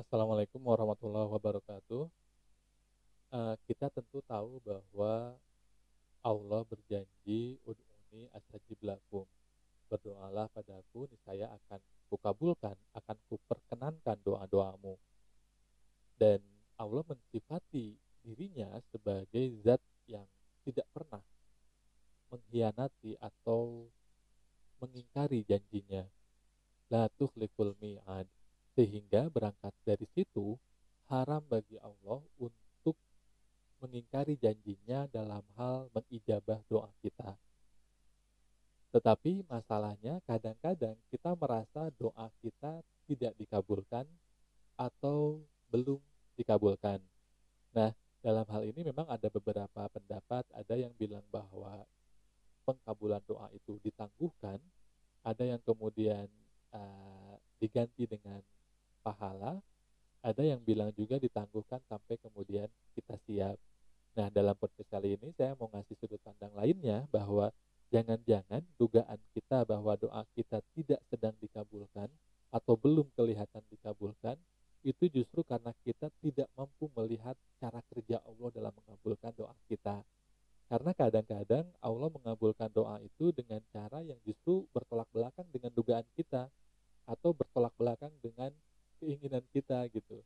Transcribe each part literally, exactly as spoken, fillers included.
Assalamualaikum warahmatullahi wabarakatuh. Eee, kita tentu tahu bahwa Allah berjanji, "Ud'uni astajib lakum." Berdoalah padaku, niscaya akan kukabulkan, akan kuperkenankan doa-doamu. Dan Allah mensifati dirinya sebagai zat yang tidak pernah mengkhianati atau mengingkari janjinya. La tukhliful mi'ad. Sehingga berangkat dari situ, haram bagi Allah untuk mengingkari janjinya dalam hal mengijabah doa kita. Tetapi masalahnya kadang-kadang kita merasa doa kita tidak dikabulkan atau belum dikabulkan. Nah, dalam hal ini memang ada beberapa pendapat, ada yang bilang bahwa pengkabulan doa itu ditangguhkan, ada yang kemudian uh, diganti dengan pahala, ada yang bilang juga ditangguhkan sampai kemudian kita siap. Nah, dalam podcast kali ini saya mau ngasih sudut pandang lainnya bahwa jangan-jangan dugaan kita bahwa doa kita tidak sedang dikabulkan atau belum kelihatan dikabulkan itu justru karena kita tidak mampu melihat cara kerja Allah dalam mengabulkan doa kita. Karena kadang-kadang Allah mengabulkan doa itu dengan cara yang justru bertolak belakang dengan dugaan kita atau bertolak belakang dengan keinginan kita gitu.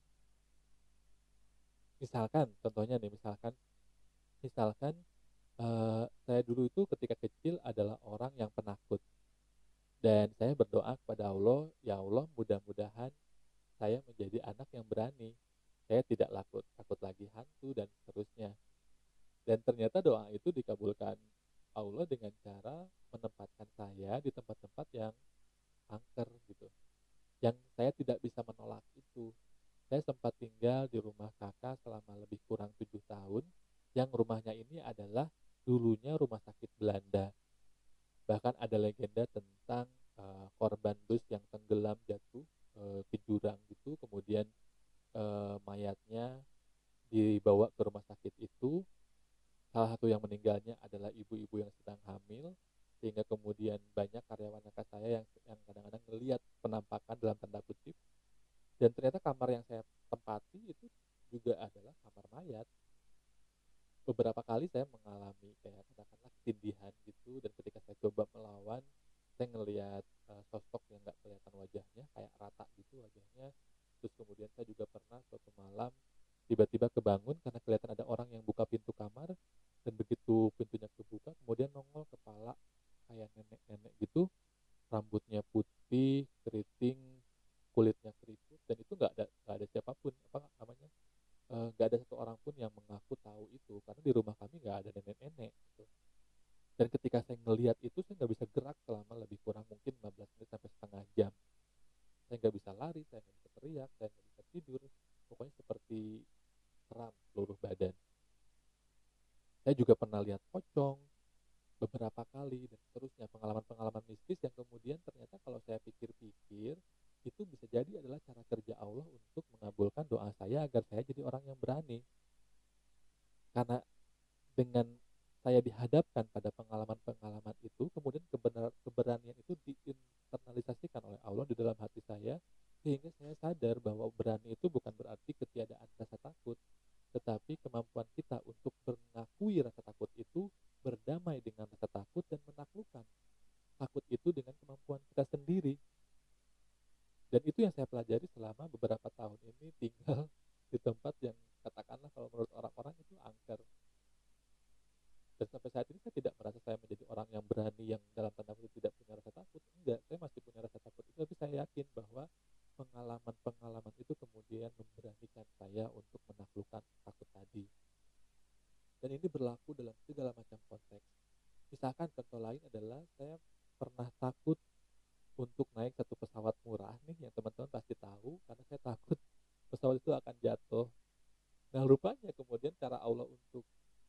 Misalkan contohnya nih, misalkan misalkan Eee, saya dulu itu ketika kecil adalah orang yang penakut, dan saya berdoa kepada Allah, "Ya Allah, mudah-mudahan saya menjadi anak yang berani. Saya tidak lakut takut lagi hantu," dan seterusnya. Dan ternyata doa itu dikabulkan Allah dengan cara menempatkan saya di tempat-tempat yang angker gitu, yang saya tidak bisa menolak itu. Saya sempat tinggal di rumah kakak selama lebih kurang tujuh tahun, yang rumahnya ini adalah dulunya rumah sakit Belanda. Bahkan ada legenda tentang, eee, korban bus yang tenggelam jatuh, eee, ke jurang gitu, kemudian, eee, mayatnya dibawa ke rumah sakit itu, salah satu yang meninggalnya adalah ibu-ibu yang sedang hamil, sehingga kemudian banyak karyawan kakak saya yang yang kadang-kadang ngelihat penampakan dalam tanda kutip, dan ternyata kamar yang saya tempati itu juga adalah kamar mayat. Beberapa kali saya mengalami kayak katakanlah ketindihan gitu, dan ketika saya coba melawan, saya ngelihat, eee, sosok yang nggak kelihatan wajahnya, kayak rata gitu wajahnya. Terus kemudian saya juga pernah suatu malam tiba-tiba kebangun karena kelihatan ada orang yang buka pintu kamar, dan begitu pintunya kebuka kemudian nongol kepala kayak nenek-nenek gitu, rambutnya putih, keriting, kulitnya keriput, dan itu nggak ada nggak ada siapapun, apa namanya, eee, nggak ada satu orang pun yang mengaku tahu itu, karena di rumah kami nggak ada nenek-nenek gitu. Dan ketika saya ngelihat itu, saya nggak bisa gerak selama lebih kurang mungkin lima belas menit sampai setengah jam. Saya nggak bisa lari, saya nggak bisa teriak, saya nggak bisa tidur, pokoknya seperti kram seluruh badan. Saya juga pernah lihat pocong beberapa kali dan seterusnya, pengalaman-pengalaman mistis yang kemudian ternyata kalau saya pikir-pikir, itu bisa jadi adalah cara kerja Allah untuk mengabulkan doa saya agar saya jadi orang yang berani. Karena dengan saya dihadapkan pada pengalaman-pengalaman itu, kemudian kebenar keberanian itu diinternalisasikan oleh Allah di dalam hati saya, sehingga saya sadar bahwa berani itu bukan berarti ketiadaan rasa takut, tetapi kemampuan kita untuk mengakui rasa takut itu, berdamai dengan rasa takut dan menaklukkan takut itu dengan kemampuan kita sendiri. Dan itu yang saya pelajari selama beberapa tahun ini tinggal di tempat yang katakanlah kalau menurut orang-orang itu angker. Dan sampai saat ini saya tidak merasa saya menjadi orang yang berani, yang dalam tanda kutip tidak punya rasa takut. Enggak, saya masih punya rasa takut itu, tapi saya yakin bahwa pengalaman-pengalaman itu kemudian memberanikan saya untuk menaklukkan takut tadi. Dan ini berlaku dalam segala macam konteks. Misalkan contoh lain adalah saya pernah takut untuk naik satu pesawat murah nih, yang teman-teman pasti tahu, karena saya takut pesawat itu akan jatuh. Nah, rupanya kemudian cara Allah untuk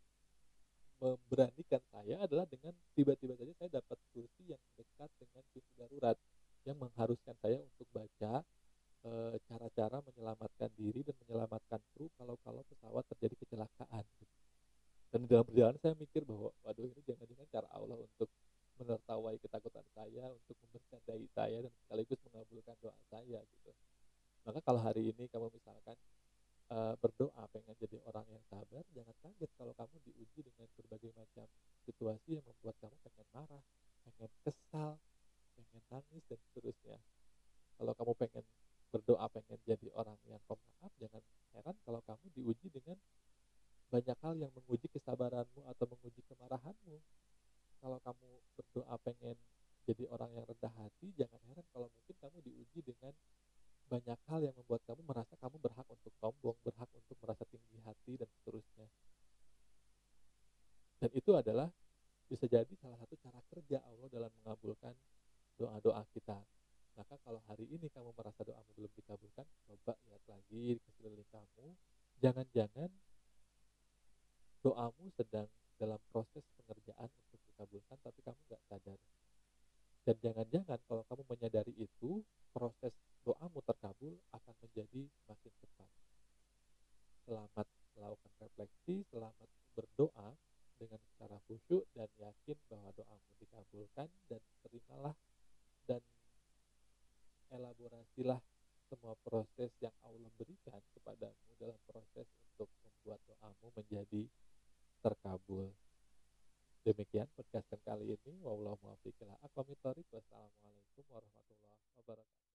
memberanikan saya adalah dengan tiba-tiba saja saya dapat kursi yang dekat dengan pintu darurat, yang mengharuskan saya untuk baca e, cara-cara menyelamatkan diri dan menyelamatkan kru kalau-kalau pesawat terjadi kecelakaan. Dan dalam perjalanan saya mikir bahwa waduh, ini jangan-jangan cara Allah untuk menertawai ketakutan saya, untuk membercandai saya dan sekaligus mengabulkan doa saya gitu. Maka kalau hari ini kamu misalkan eee, berdoa pengen jadi orang yang sabar, jangan kaget kalau kamu diuji dengan berbagai macam situasi yang membuat kamu pengen marah, pengen kesal, pengen nangis, dan seterusnya. Kalau kamu pengen berdoa pengen jadi orang yang pemaaf, jangan heran kalau kamu diuji dengan banyak hal yang menguji kesabaranmu atau menguji kemarahanmu. Kalau kamu berdoa pengen jadi orang yang rendah hati, jangan heran kalau mungkin kamu diuji dengan banyak hal yang membuat kamu merasa kamu berhak untuk sombong, berhak untuk merasa tinggi hati, dan seterusnya. Dan itu adalah bisa jadi salah satu cara kerja Allah dalam mengabulkan doa-doa kita. Maka kalau hari ini kamu merasa doamu belum dikabulkan, coba lihat lagi di sekeliling kamu. Jangan-jangan doamu sedang dalam proses pengerjaan untuk dikabulkan, tapi kamu nggak sadar. Dan jangan-jangan kalau kamu menyadari itu, proses doamu terkabul akan menjadi semakin cepat. Selamat melakukan refleksi, selamat berdoa dengan secara khusyuk dan yakin bahwa doamu dikabulkan, dan terimalah dan elaborasilah semua proses yang Allah berikan kepadamu dalam proses untuk membuat doamu menjadi terkabul. Demikian podcast kali ini. Wallahu muwaffiq ila aqwamit thoriq. Wassalamualaikum warahmatullahi wabarakatuh.